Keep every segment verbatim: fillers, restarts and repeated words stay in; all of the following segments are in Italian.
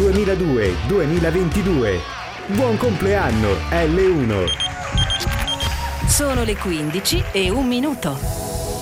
duemiladue duemilaventidue. Buon compleanno L uno. Sono le quindici e un minuto.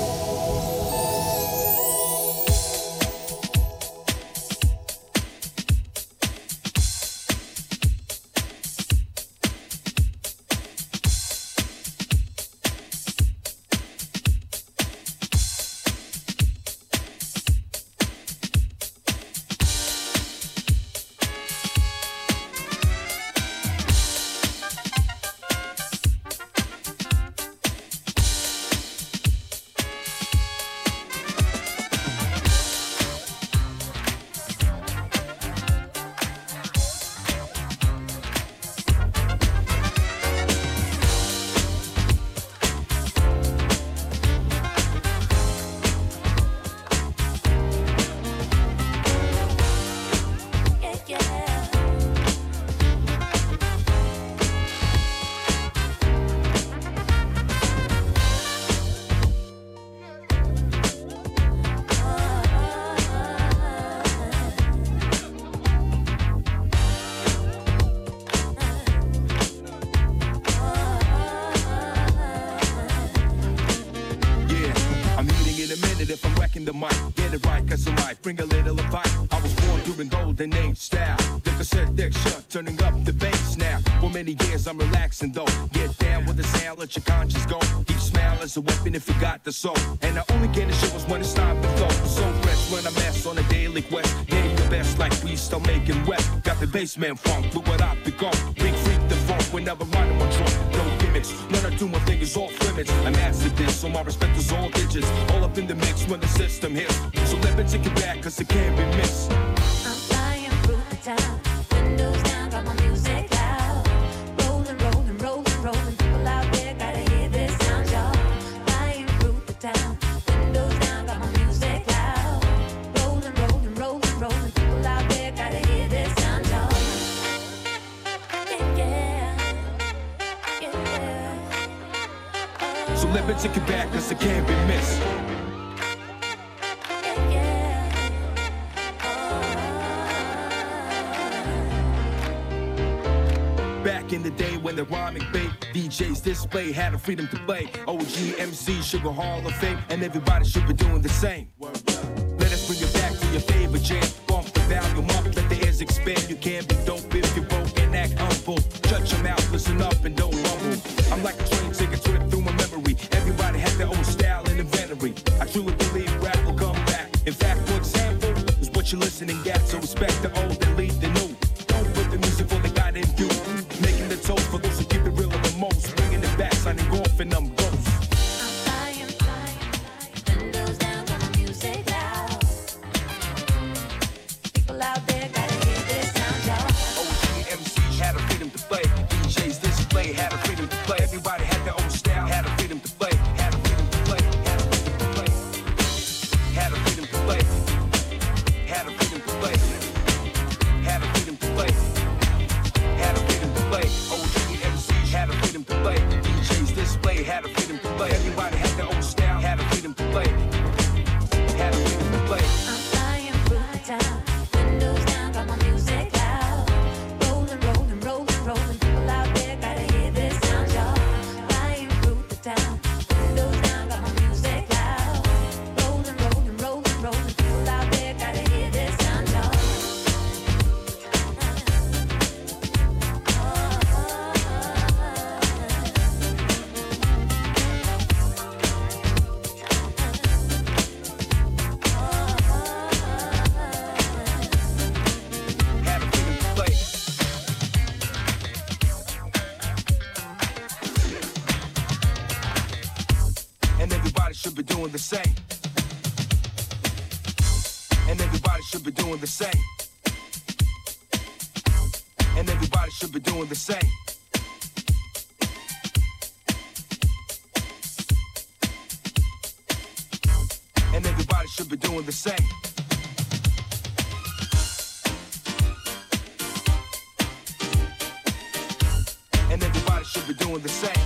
Bring a little of fight. I was born during golden age style. The cassette deck shut, turning up the bass now. For many years I'm relaxing though. Get down with the sound, let your conscience go. Keep smile as a weapon if you got the soul. And I only get the shit was when it's time to flow. So fresh when I mess on a daily quest. Getting the best like we still making wet. Got the basement funk, look what I've become. Big freak the funk whenever riding on trunk. No gimmicks, none I do my thing is off limits. I mastered this, so my respect is all digits. All up in the mix when the system hits. So let me take it back, cause it can't be missed. I'm flying through the town, windows down, got my music loud. Rolling, rolling, rolling, rolling, people out there gotta hear this sound, y'all. Flying through the town, windows down, got my music loud. Rolling, rolling, rolling, rolling, people out there gotta hear this sound, y'all. Yeah, yeah, yeah. So let me take it back, cause it can't be missed. Back in the day when the rhyming bait D Js display had the freedom to play. O G M C, Sugar Hall of Fame, and everybody should be doing the same. Let us bring it back to your favorite jam. Bump the volume up, let the ears expand. You can't be dope if you're broke and act humble. Shut your mouth, listen up and don't rumble. I'm like a train ticket trip through my memory. Everybody had their own style and inventory. I truly believe rap will come back. In fact, for example, is what you're listening at. So respect the old and lead the new. Don't put the music for the guy didn't do. Making the toast for those who keep it real the most. Bringing it back, signing off and I'm ghost. I'm flying, flying, flying, windows down, got my music loud. People out there gotta hear this sound, y'all. O G M Cs had a freedom to play. D Js display had a freedom to play. Everybody had their own style, had a freedom to play. Had a freedom to play. Had a freedom to play. Had a freedom to play. Had a freedom to play. Had a freedom to play. Had a freedom to play. O G M Cs had a freedom to play. D Js display had a freedom to play. Everybody had their own style, had a freedom to play. Had a freedom to play. I'm flying through the town, windows down, got my music loud. Rolling, rolling, rolling, rolling, people out there gotta hear this sound, y'all. Flying through the town, windows down, got my music loud. Rolling, rolling, rolling, rolling, people out there gotta hear this sound, y'all. Had a freedom to play. And everybody should be doing the same. And everybody should be doing the same. And everybody should be doing the same. And everybody should be doing the same. And everybody should be doing the same.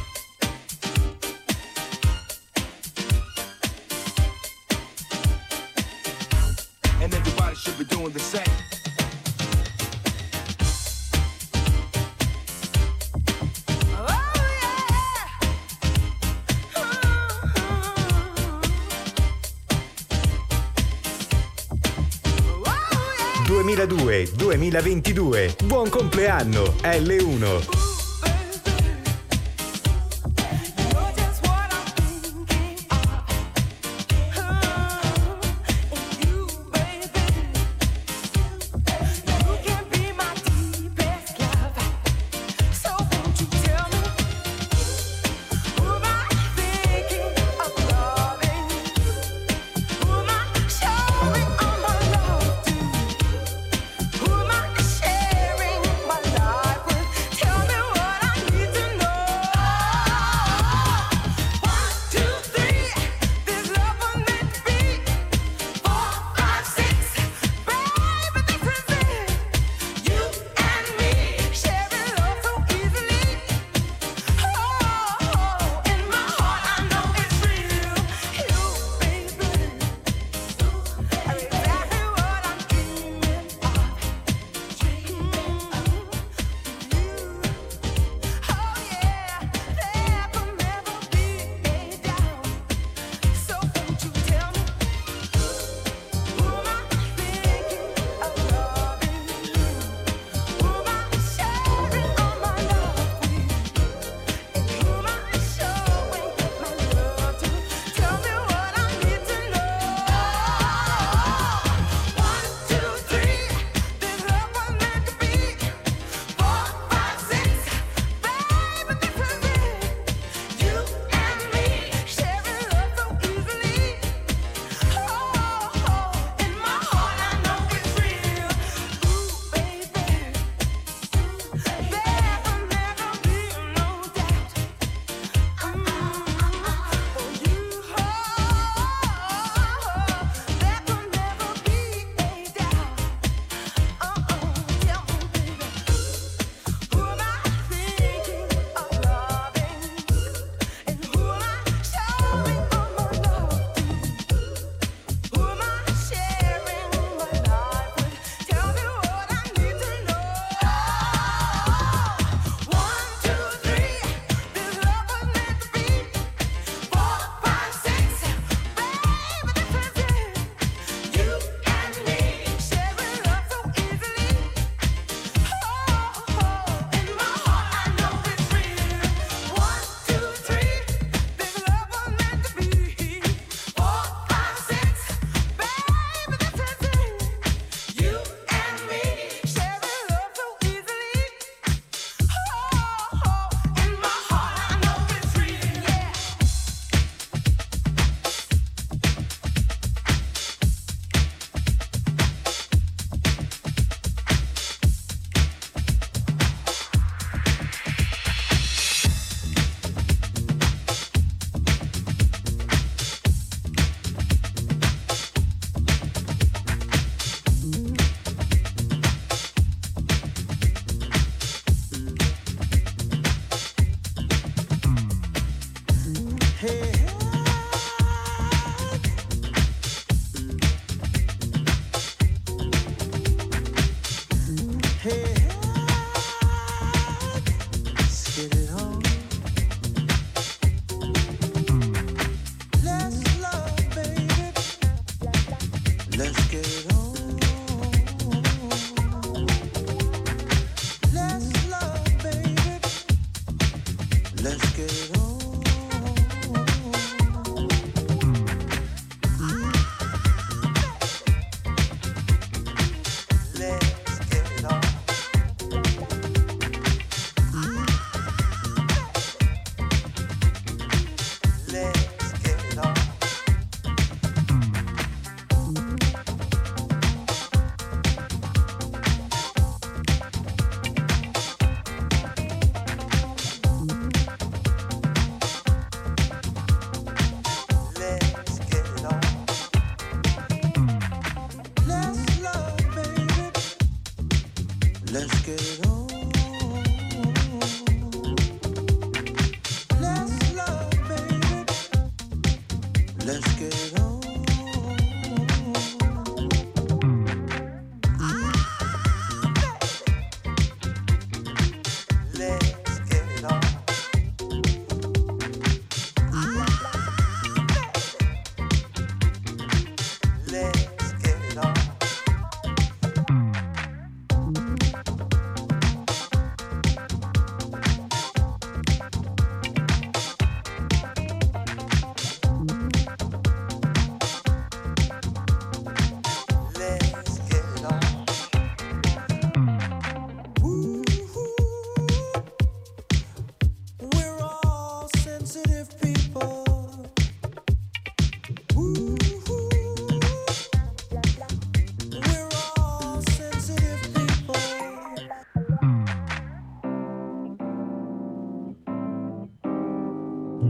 And everybody should be doing the same. duemiladue duemilaventidue. Buon compleanno L uno. Tell me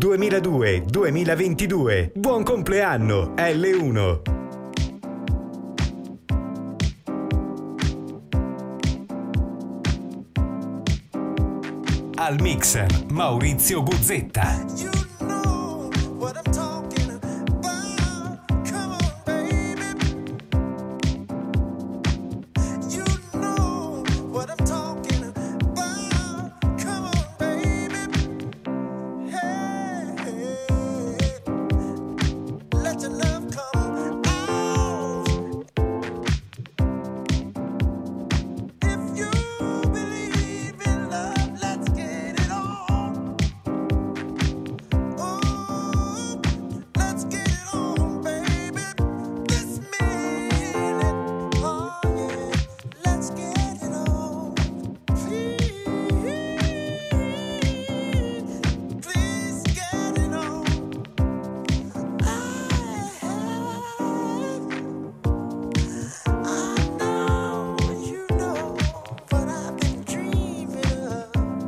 duemiladue duemilaventidue. Buon compleanno L uno. Al mixer Maurizio Guzzetta. You know what I'm talking about. Come on, baby. You know what I'm talking about. Come on, baby. Hey, let your love come out. If you believe in love, let's get it on. Oh, let's get it on, baby. This minute, oh yeah, let's get it on. Please, please get it on. I, I know you know what I've been dreaming of.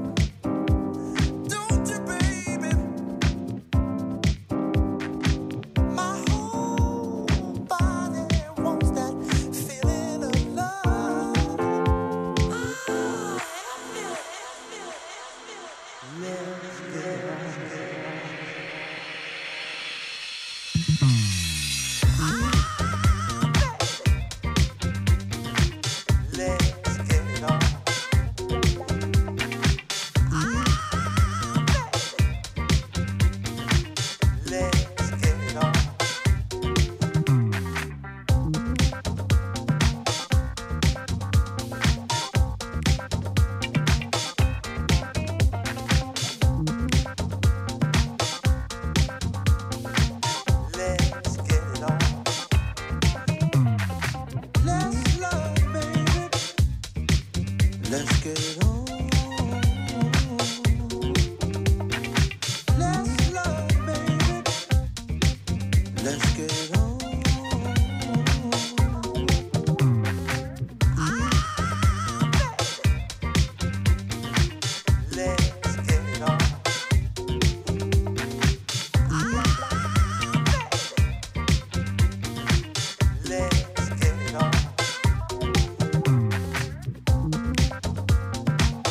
Don't you, baby? My whole body wants that feeling of love. I feel it. Let's get it on. Let's get it on. Let's get it on. Let's get it on. Let's love, baby. Let's get it on. Let's love, baby. Let's get it on. Let's get it on. Let's get it on.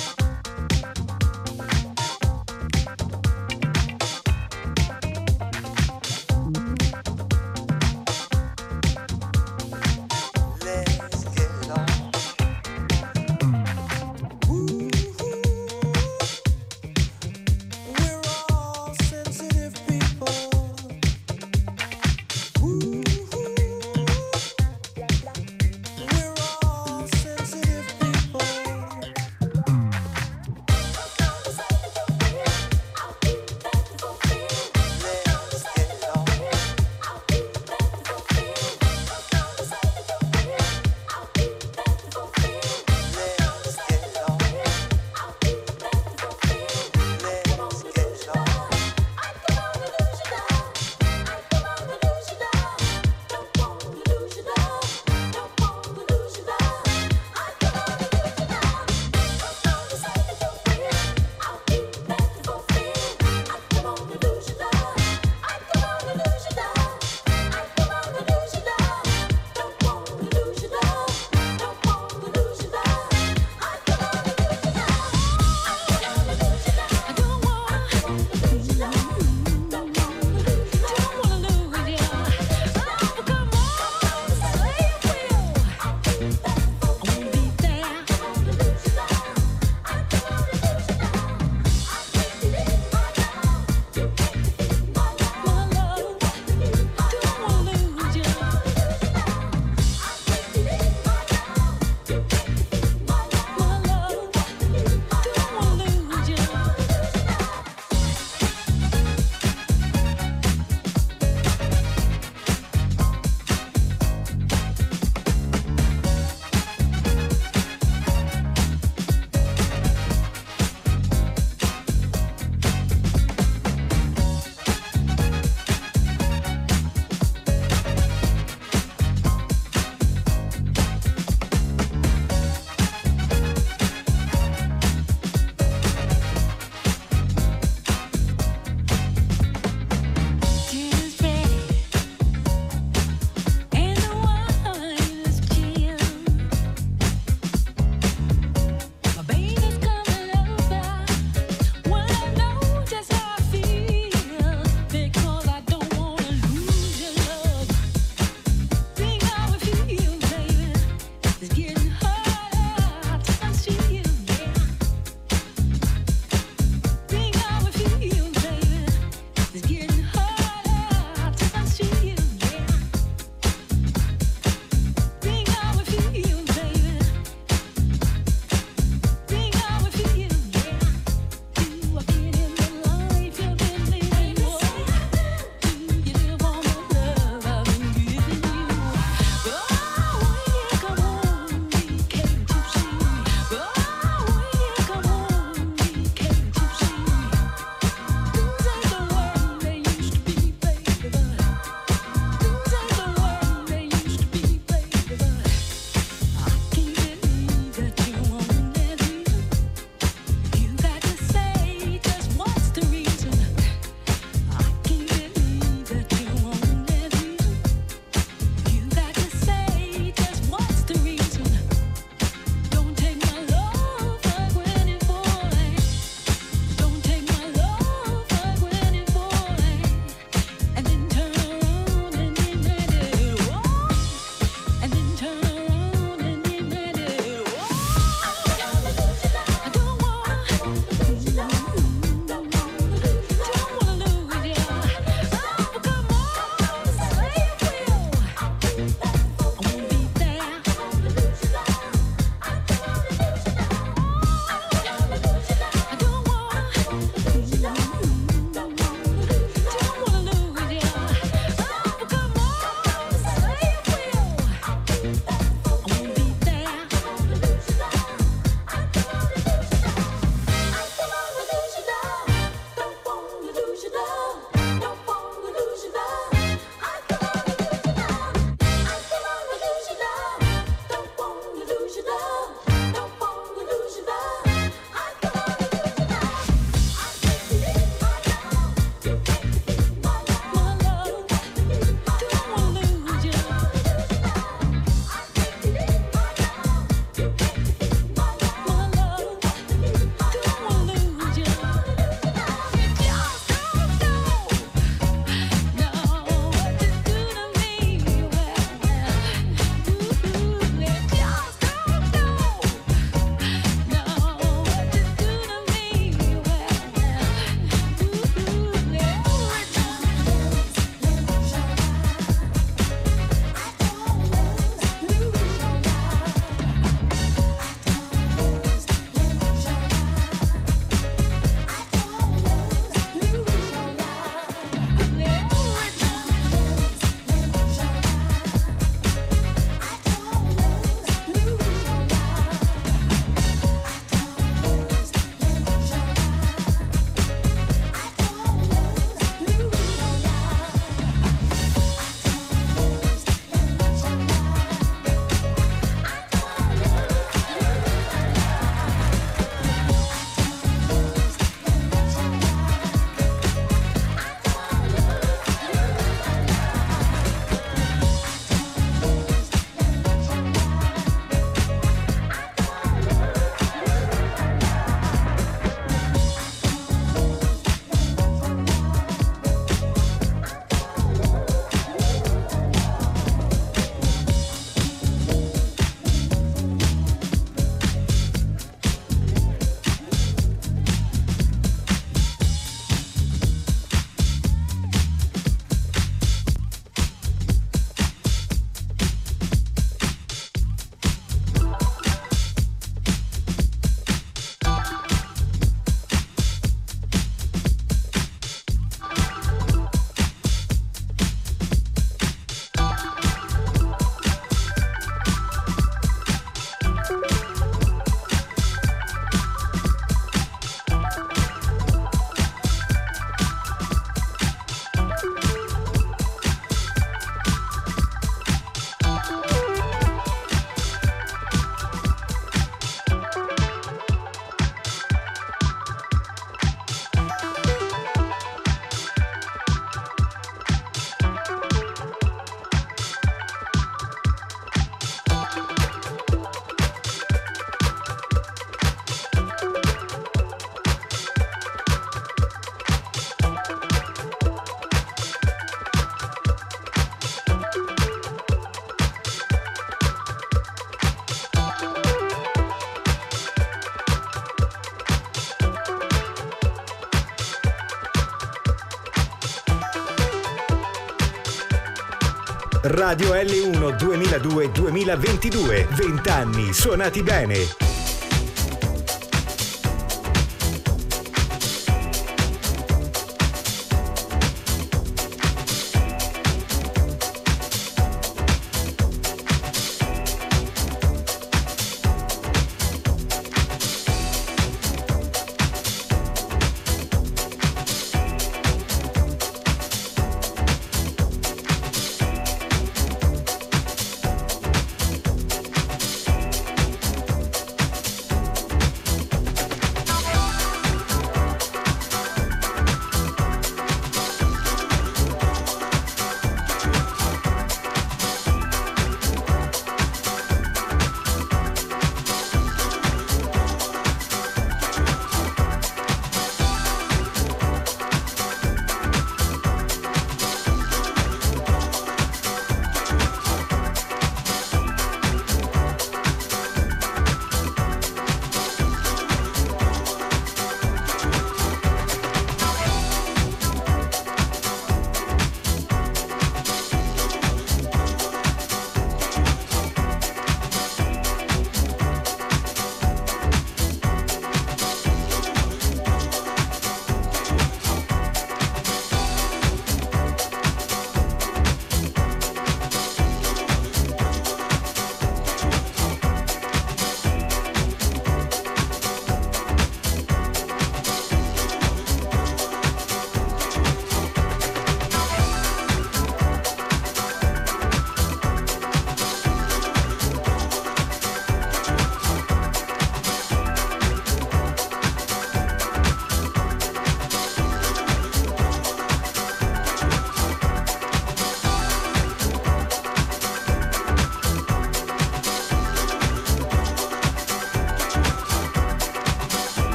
Radio L uno duemiladue duemilaventidue. venti anni suonati bene.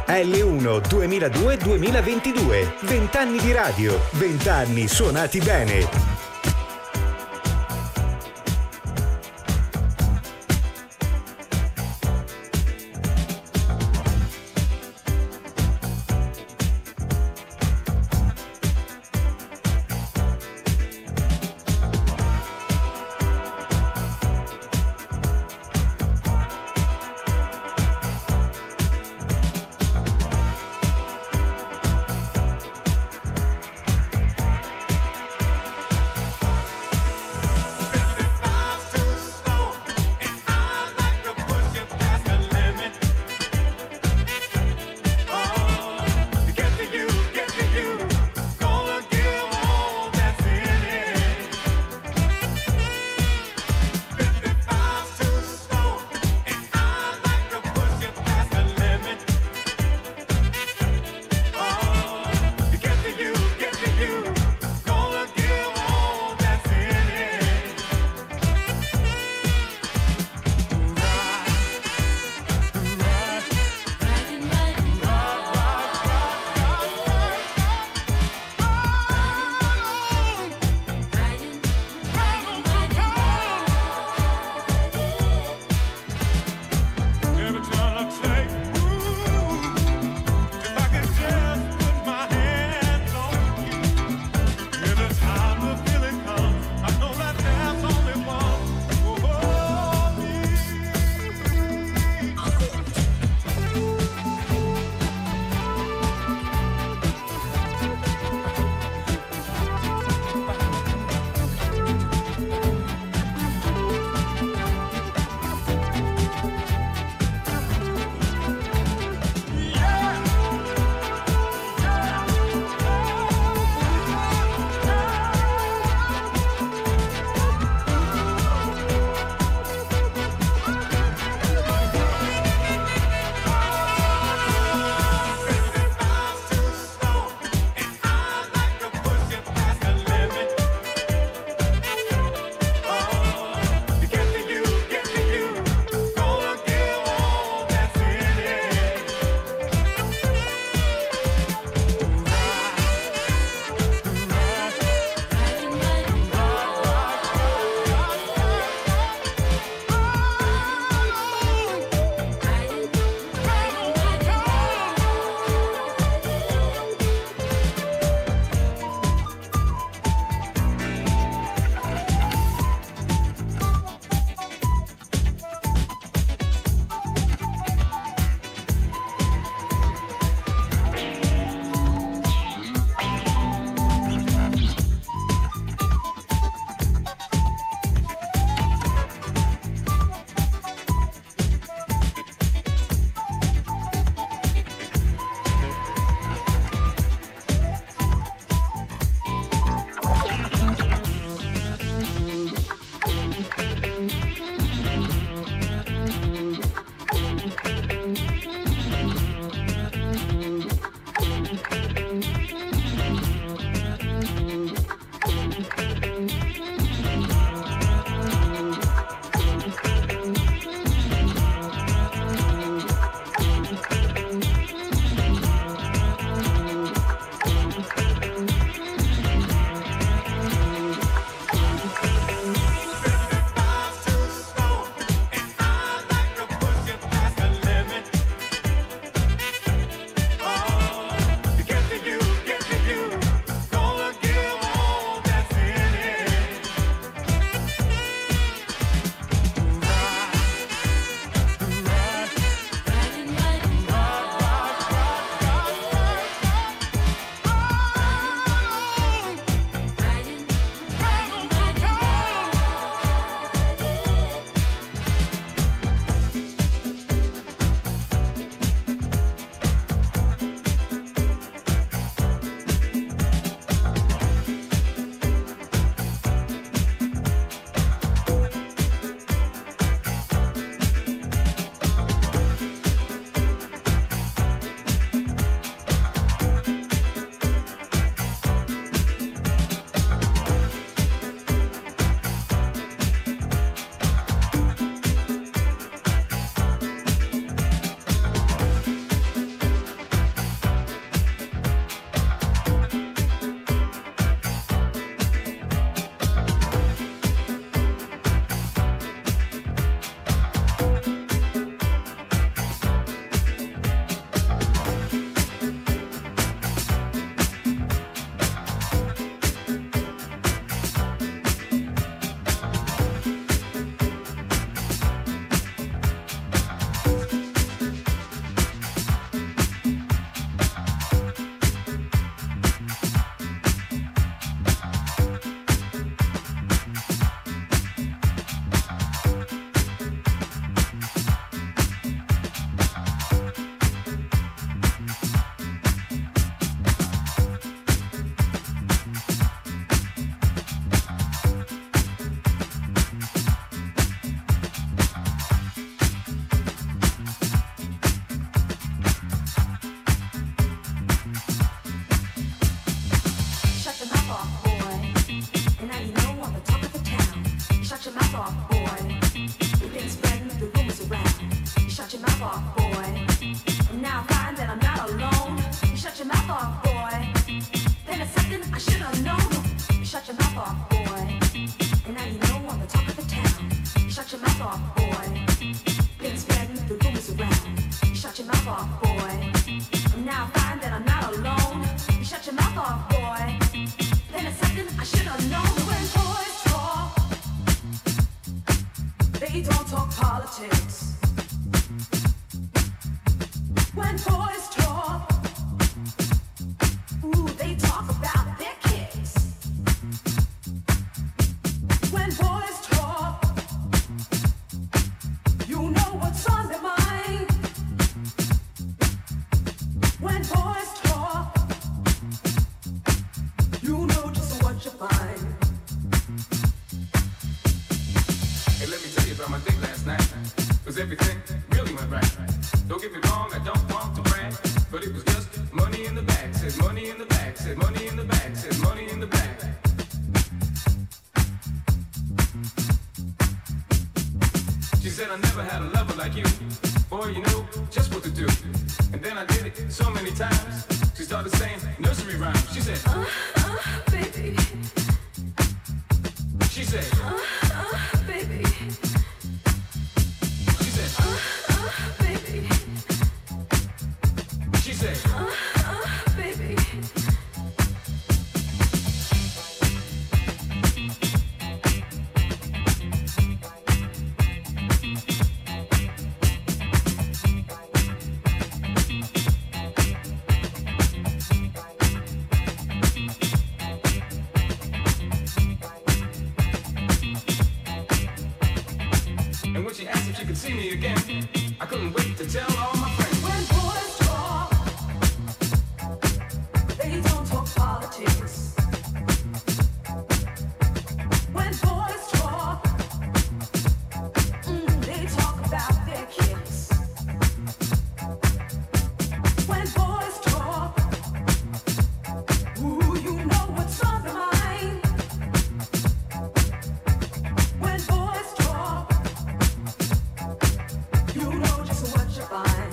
L uno duemiladue duemilaventidue. venti anni di radio, venti anni suonati bene. Limit. off, boy. And now I find that I'm not alone. You shut your mouth off, boy. Then it's something I should have known. You shut your mouth off, boy. And now you know I'm the talk of the town. You shut your mouth off, boy. Things spreading, the rumors around. You shut your mouth off, boy. And now I find that I'm not alone. You shut your mouth off, boy. Then it's something I should have known. When boys talk, they don't talk politics. When boys talk, ooh, they talk about their kids. When boys talk, you know what's on their mind. When boys talk, you know just what you find. Hey, let me tell you about my date last night. Cause everything really went right. Don't get me wrong, I don't want to brag, but it was just money in the bag. Said money in the bag, said money in the bag, said money in the bag. She said I never had a lover like you. Boy, you know just what to do. And then I did it so many times. She started saying nursery rhymes. She said, Uh, uh, baby. she said, Uh, uh, baby. she said, Uh, uh, baby. she said, Uh, uh, baby. and when she asked if she could see me again, I couldn't wait to tell all my friends. When boys talk, they don't talk politics. When boys talk, mm, they talk about their kids. When boys talk, ooh, you know what's on their mind. When boys talk, you know just what you find.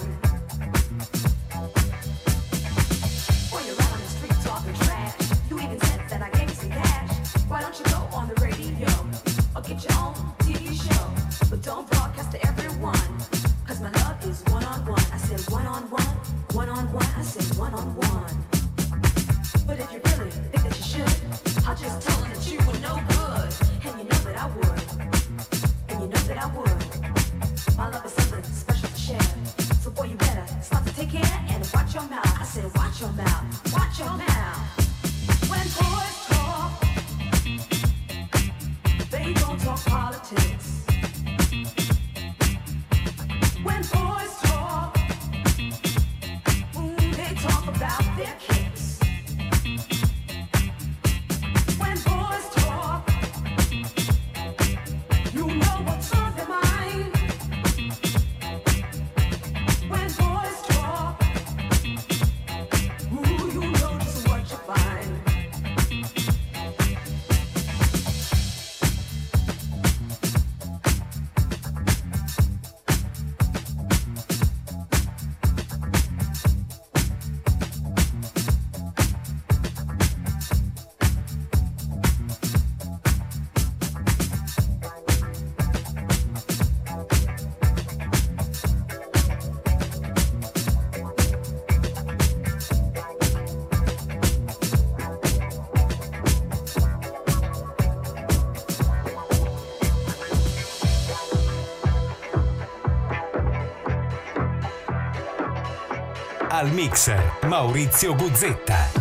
When you're out on the street talking trash, you even said that I gave you some cash. Why don't you go on the radio or get your own T V show? But don't broadcast to everyone, cause my love is one-on-one. I said one-on-one, one-on-one, I said one-on-one. But if you really think that you should, I'll just tell them that you were no good. And you know that I would. And you know that I would. My love is something special to share. So boy, you better stop to take care and watch your mouth. I said watch your mouth, watch your mouth. When boys talk, they don't talk politics. When boys talk, ooh, they talk about their kids. When boys talk, you know what's on their mind. When boys talk, ooh, you know just what you find. Al mixer Maurizio Guzzetta.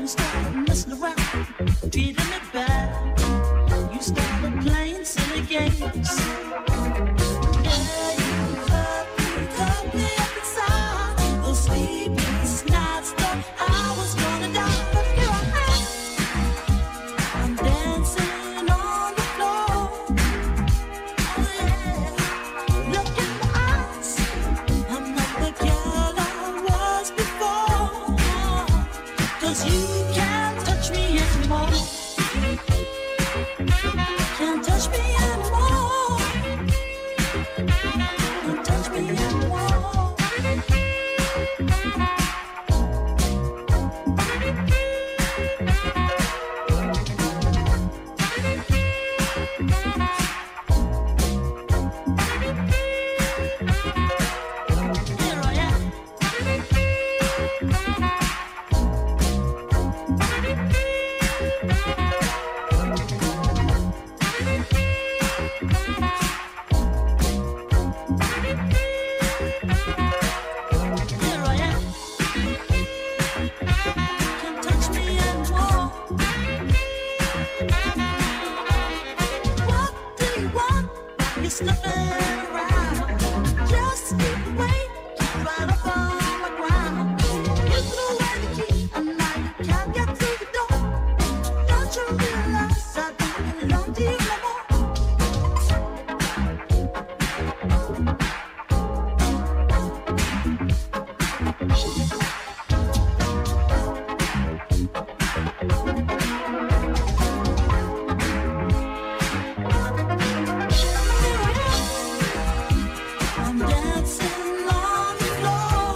started messing around, treating me bad. You started playing silly games. Yeah, you cut me, cut me up inside. Those sleepless nights thought I was gonna die, but here I am. I'm dancing on the floor. Oh yeah, look in my eyes. I'm not the girl I was before. 'Cause you can't touch me anymore. Can't touch me anymore. Can't touch me anymore. Here I am. Here I am. Can't touch me anymore. What do you want? You're sniffing around. Just keep away, keep right up on the ground. You threw away the key, and now you can't get through the door. Don't you realize I don't belong to you no more? I'm dancing on the floor.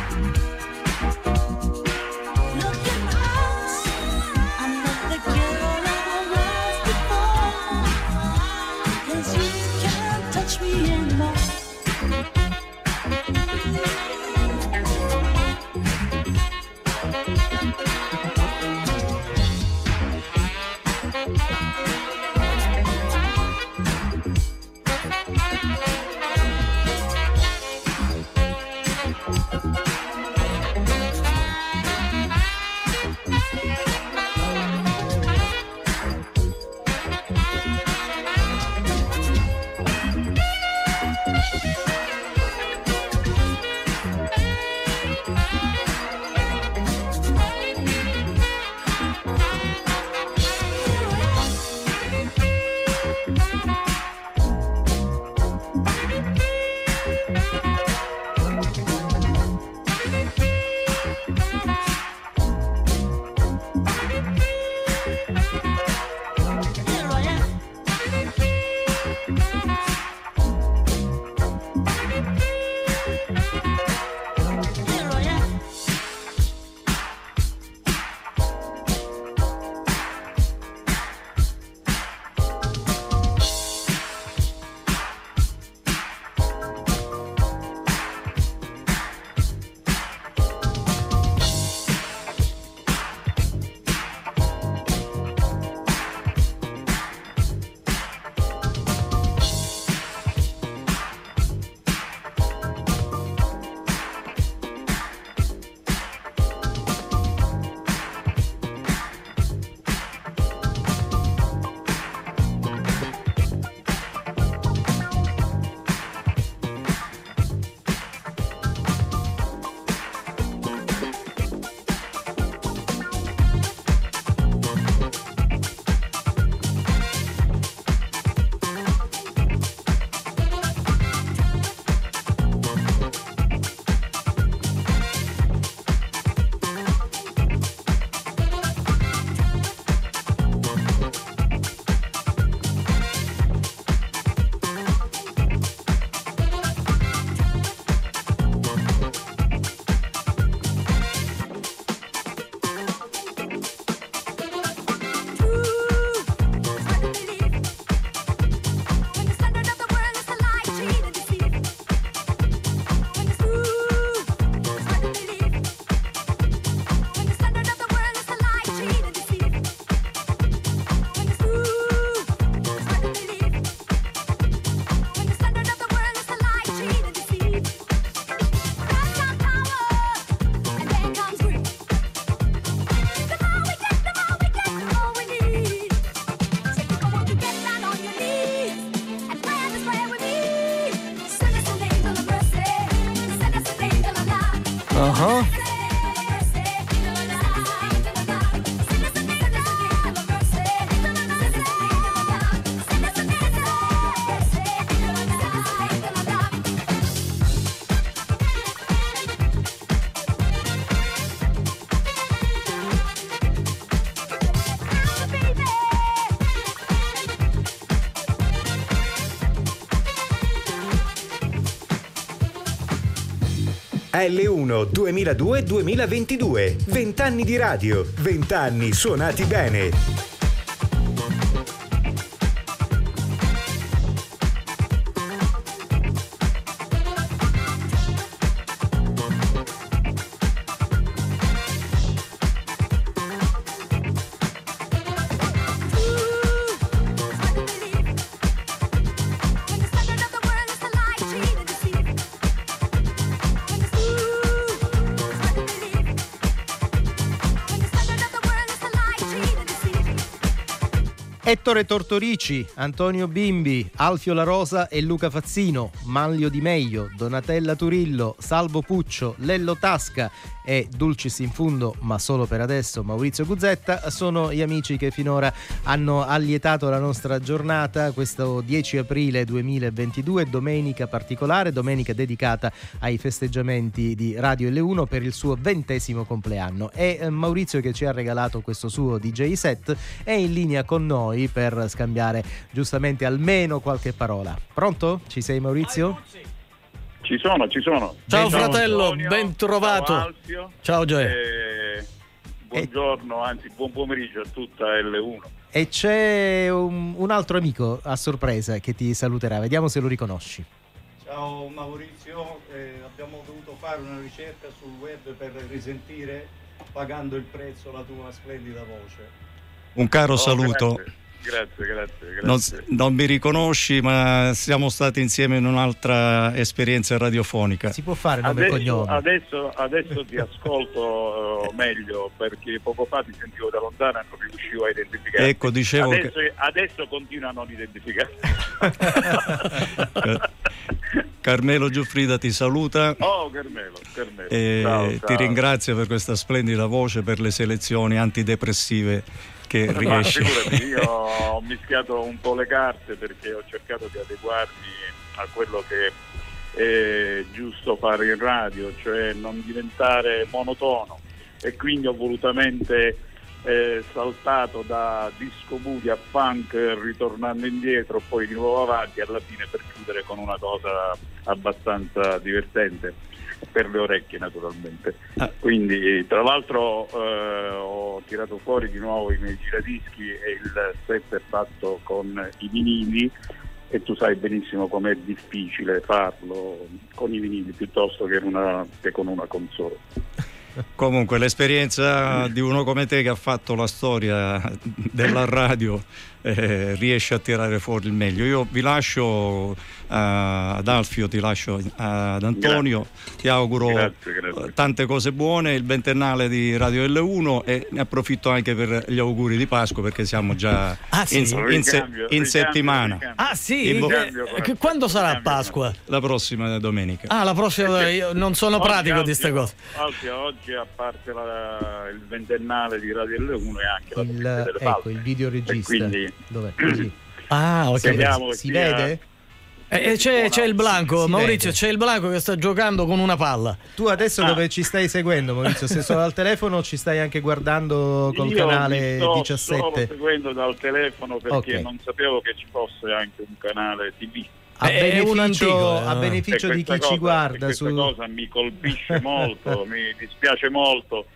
Look in my eyes. I'm not the girl I was before. 'Cause you can't touch me anymore. Uh-huh. L uno duemiladue duemilaventidue, venti anni di radio, venti anni suonati bene. Ettore Tortorici, Antonio Bimbi, Alfio La Rosa e Luca Fazzino, Manlio Di Meglio, Donatella Turillo, Salvo Puccio, Lello Tasca e Dulcis in fundo, ma solo per adesso, Maurizio Guzzetta sono gli amici che finora hanno allietato la nostra giornata questo dieci aprile duemilaventidue, domenica particolare, domenica dedicata ai festeggiamenti di Radio L uno per il suo ventesimo compleanno. E eh, Maurizio, che ci ha regalato questo suo D J set, è in linea con noi per scambiare giustamente almeno qualche parola. Pronto? Ci sei, Maurizio? Ci sono, ci sono. Ciao ciao fratello, Antonio, ben trovato. Ciao Alfio. Ciao Gioia. Eh, buongiorno, anzi buon pomeriggio a tutta L uno. E c'è un, un altro amico a sorpresa che ti saluterà, vediamo se lo riconosci. Ciao Maurizio, eh, abbiamo dovuto fare una ricerca sul web per risentire, pagando il prezzo, la tua splendida voce. Un caro Oh, saluto. Grazie. Grazie, grazie, Non, grazie. non mi riconosci, ma siamo stati insieme in un'altra esperienza radiofonica. Si può fare nome e Adesso, cognome. adesso, adesso ti ascolto uh, meglio, perché poco fa ti sentivo da lontano e non riuscivo a identificare. Ecco, dicevo adesso, che... adesso continua a non identificare. Carmelo Giuffrida ti saluta. Oh, Carmelo, Carmelo. E Ciao, ti ciao. ringrazio per questa splendida voce, per le selezioni antidepressive che Ma riesci. figurati, io ho mischiato un po' le carte perché ho cercato di adeguarmi a quello che è giusto fare in radio, cioè non diventare monotono, e quindi ho volutamente eh, saltato da disco boogie a funk, ritornando indietro, poi di nuovo avanti, alla fine per chiudere con una cosa abbastanza divertente per le orecchie, naturalmente. Ah. Quindi, tra l'altro, eh, ho tirato fuori di nuovo i miei giradischi e il set è fatto con i vinili, e tu sai benissimo com'è difficile farlo con i vinili piuttosto che, una, che con una console. Comunque l'esperienza di uno come te che ha fatto la storia della radio eh, riesce a tirare fuori il meglio. Io vi lascio uh, ad Alfio, ti lascio uh, ad Antonio, grazie. Ti auguro grazie, grazie. tante cose buone, il ventennale di Radio L uno, e ne approfitto anche per gli auguri di Pasqua, perché siamo già ah, sì? in, in, in, se, in ricambio, settimana. ricambio. Ah sì? Bo- eh, quando sarà Pasqua? La prossima domenica. Ah, la prossima, io non sono Oggi, pratico di queste cose. Oggi, oggi a parte la, il ventennale di Radio L uno e anche la Il, domenica delle ecco, Palme. il videoregista. E quindi Dov'è? Così. Ah, ok. speriamo che Si sia- vede? Eh, c'è, c'è il Blanco, Si Maurizio, vede. c'è il Blanco che sta giocando con una palla. Tu adesso Ah. dove ci stai seguendo, Maurizio? Se solo al telefono, ci stai anche guardando col Io canale mi sto solo diciassette? seguendo dal telefono, perché Ok. non sapevo che ci fosse anche un canale tivù. A È un beneficio, antico, eh. a beneficio E di questa chi ci cosa- guarda e su... questa cosa mi colpisce molto, mi dispiace molto.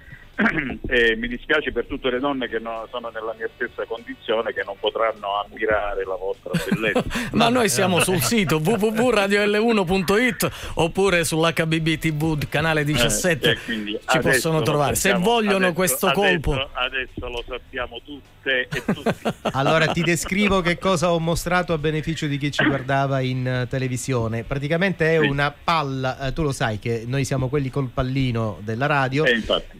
E mi dispiace per tutte le donne che no- sono nella mia stessa condizione, che non potranno ammirare la vostra bellezza. Ma noi siamo sul sito w w w punto radio l uno punto i t oppure sull'H B B T V canale diciassette, Eh, e quindi ci adesso possono lo trovare. Se sappiamo- vogliono adesso- questo adesso- colpo. adesso lo sappiamo tutte e tutti. Allora ti descrivo che cosa ho mostrato a beneficio di chi ci guardava in eh, televisione. Praticamente è Sì. una palla, eh, tu lo sai che noi siamo quelli col pallino della radio, E infatti, e il infatti.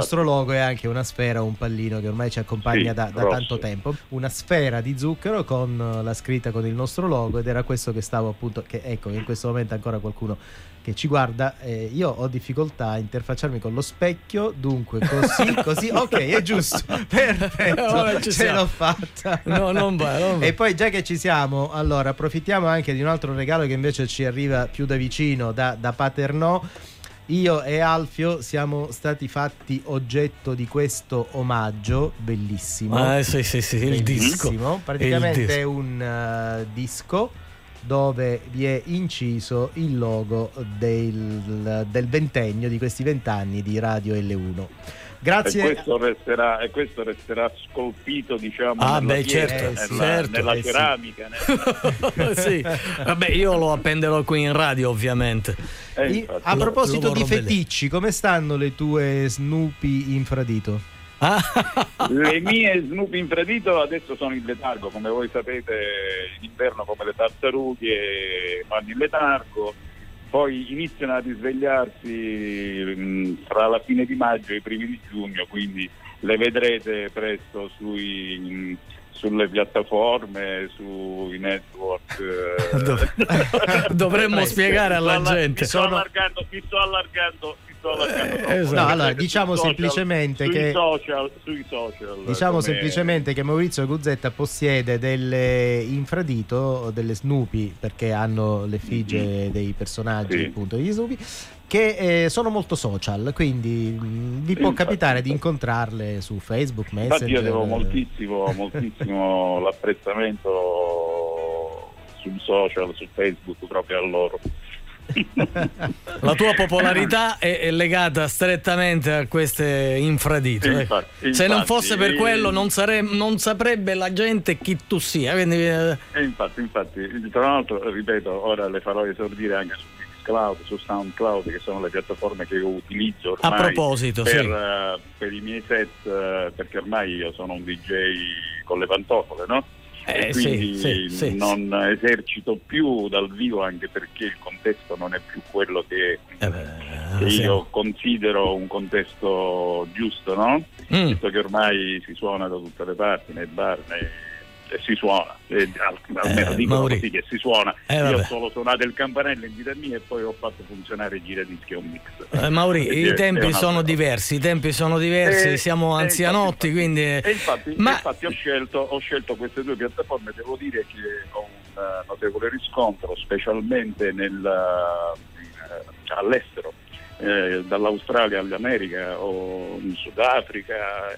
nostro logo è anche una sfera, un pallino che ormai ci accompagna Sì, da, da rosso. tanto tempo, una sfera di zucchero con la scritta con il nostro logo, ed era questo che stavo appunto, che ecco, in questo momento ancora qualcuno che ci guarda, eh, io ho difficoltà a interfacciarmi con lo specchio, dunque così, così, ok, è giusto, perfetto, Vabbè, ci ce siamo. l'ho fatta. No, non va, non va. E poi già che ci siamo, allora approfittiamo anche di un altro regalo che invece ci arriva più da vicino, da, da Paternò. Io e Alfio siamo stati fatti oggetto di questo omaggio bellissimo. Ah, sì, sì, sì, il disco. Bellissimo. Praticamente Il disco. è un uh, disco dove vi è inciso il logo del, del ventennio, di questi vent'anni di Radio L uno. Grazie. E questo resterà, e questo resterà scolpito, diciamo, Ah, nella beh, pietra, certo, nella, certo, nella eh sì. ceramica. nel- Sì. Vabbè, io lo appenderò qui in radio, ovviamente. Eh, I- infatti. a Lo- proposito lo di vorrò vedere. feticci, come stanno le tue Snoopy infradito? Ah, Le mie Snoopy infradito adesso sono in letargo, come voi sapete, in inverno come le tartarughe vanno in letargo, poi iniziano a risvegliarsi mh, tra la fine di maggio e i primi di giugno, quindi le vedrete presto sui, mh, sulle piattaforme, sui network. eh. Dov- dovremmo Presto. spiegare Mi sto alla alla- gente. Mi sto allargando, mi sto allargando, mi sto allargando troppo. esatto. No, Le allora, vedrete diciamo sui social- semplicemente sui che- social, sui social. Diciamo come- semplicemente che Maurizio Guzzetta possiede delle infradito, delle Snoopy, perché hanno l'effigie dei personaggi, Sì. appunto degli Snoopy, che eh, sono molto social, quindi mh, vi può Infatti. capitare di incontrarle su Facebook, Infatti Messenger. io devo moltissimo, moltissimo l'apprezzamento sul social, su Facebook, proprio a loro. La tua popolarità è, è legata strettamente a queste infradito. eh. Infatti, Se non infatti, fosse per eh, quello non, sare- non saprebbe la gente chi tu sia. Quindi, eh, E infatti, infatti, tra l'altro, ripeto, ora le farò esordire anche su Mixcloud, su SoundCloud, che sono le piattaforme che io utilizzo ormai A proposito, per, sì. eh, per i miei set, eh, perché ormai io sono un D J con le pantofole, no? Eh, e sì, quindi sì, sì, non esercito più dal vivo, anche perché il contesto non è più quello che, eh beh, che sì. io considero un contesto giusto, no? Mm. Visto che ormai si suona da tutte le parti, nei bar, nei- e si suona, e, al- almeno Eh, dicono Mauri. così che si suona. Eh, Io vabbè. ho solo suonato il campanello in vita mia e poi ho fatto funzionare i giradischi e un mix. Eh, Mauri, Quindi i è- è tempi un'altra sono cosa. diversi, i tempi sono diversi, Eh, siamo eh, anzianotti, infatti, quindi... E infatti, Ma- infatti ho, scelto, ho scelto queste due piattaforme, devo dire che ho un eh, notevole riscontro, specialmente nel, eh, all'estero, eh, dall'Australia all'America o in Sudafrica,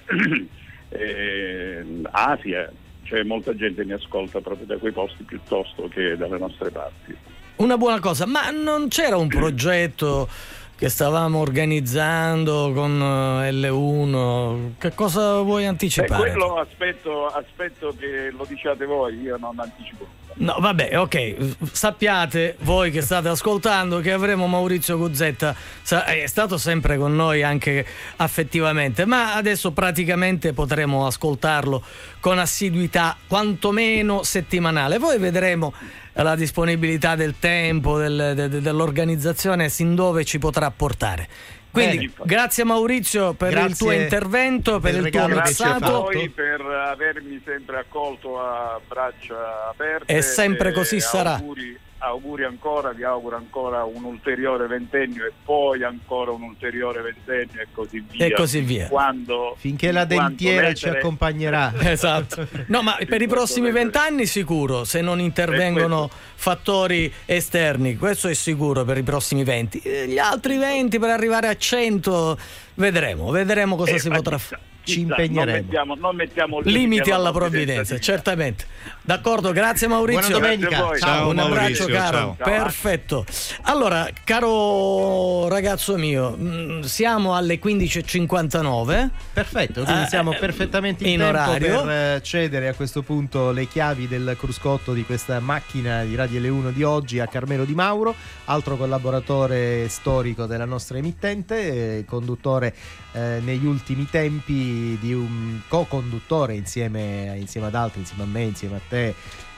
eh, Asia, cioè molta gente mi ascolta proprio da quei posti piuttosto che dalle nostre parti. Una buona cosa, ma non c'era un progetto che stavamo organizzando con eh, L uno? Che cosa vuoi Eh, anticipare? quello aspetto, aspetto che lo diciate voi, io non anticipo nulla. No, vabbè, ok, sappiate voi che state ascoltando che avremo Maurizio Guzzetta, sa- è stato sempre con noi anche affettivamente, ma adesso praticamente potremo ascoltarlo con assiduità quantomeno settimanale. Poi vedremo la disponibilità del tempo, del- de- dell'organizzazione, sin dove ci potrà portare. Quindi Bene. grazie Maurizio per il Grazie tuo intervento, per del il tuo regalo che ci hai Grazie a mixato. fatto. voi per avermi sempre accolto a braccia aperte. E sempre così sarà. Auguri, auguri ancora, vi auguro ancora un ulteriore ventennio e poi ancora un ulteriore ventennio e così via. E così via. Quando, Finché la quando dentiera ci l'etere- accompagnerà. Esatto. No, ma per i prossimi vent'anni sicuro, se non intervengono fattori esterni, questo è sicuro per i prossimi venti. Eh, Gli altri venti per arrivare a cento vedremo, vedremo cosa Eh, si ma potrà chissà, fare. Ci chissà, impegneremo. Non mettiamo, non mettiamo Limiti alla provvidenza, provvidenza, dica. certamente. D'accordo, grazie Maurizio. Buona domenica. Grazie a voi. Ciao. Un Maurizio, abbraccio caro, ciao. perfetto. Allora, caro ragazzo mio, mh, siamo alle quindici e cinquantanove. Perfetto, quindi Eh, siamo eh, perfettamente in, in tempo orario. per eh, cedere a questo punto le chiavi del cruscotto di questa macchina di Radio L uno di oggi a Carmelo Di Mauro, altro collaboratore storico della nostra emittente, eh, conduttore eh, negli ultimi tempi di un co-conduttore insieme, insieme ad altri, insieme a me, insieme a te,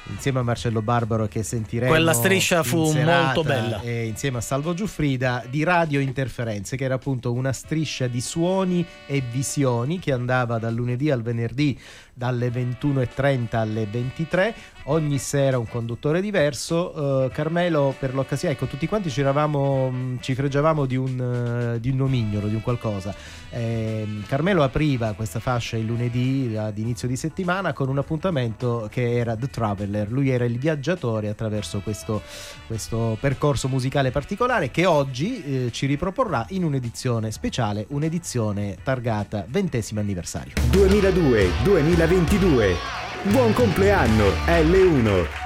insieme a Marcello Barbaro, che sentiremo. Quella striscia fu in serata, molto bella. e insieme a Salvo Giuffrida, di Radio Interferenze, che era appunto una striscia di suoni e visioni che andava dal lunedì al venerdì dalle ventuno e trenta alle ventitré, ogni sera un conduttore diverso. uh, Carmelo, per l'occasione, ecco, tutti quanti ci eravamo ci fregiavamo di un, uh, di un nomignolo, di un qualcosa. eh, Carmelo apriva questa fascia il lunedì ad inizio di settimana con un appuntamento che era The Traveler. Lui era il viaggiatore attraverso questo, questo percorso musicale particolare, che oggi eh, ci riproporrà in un'edizione speciale, un'edizione targata ventesimo anniversario duemiladue duemilaventidue. Buon compleanno L uno.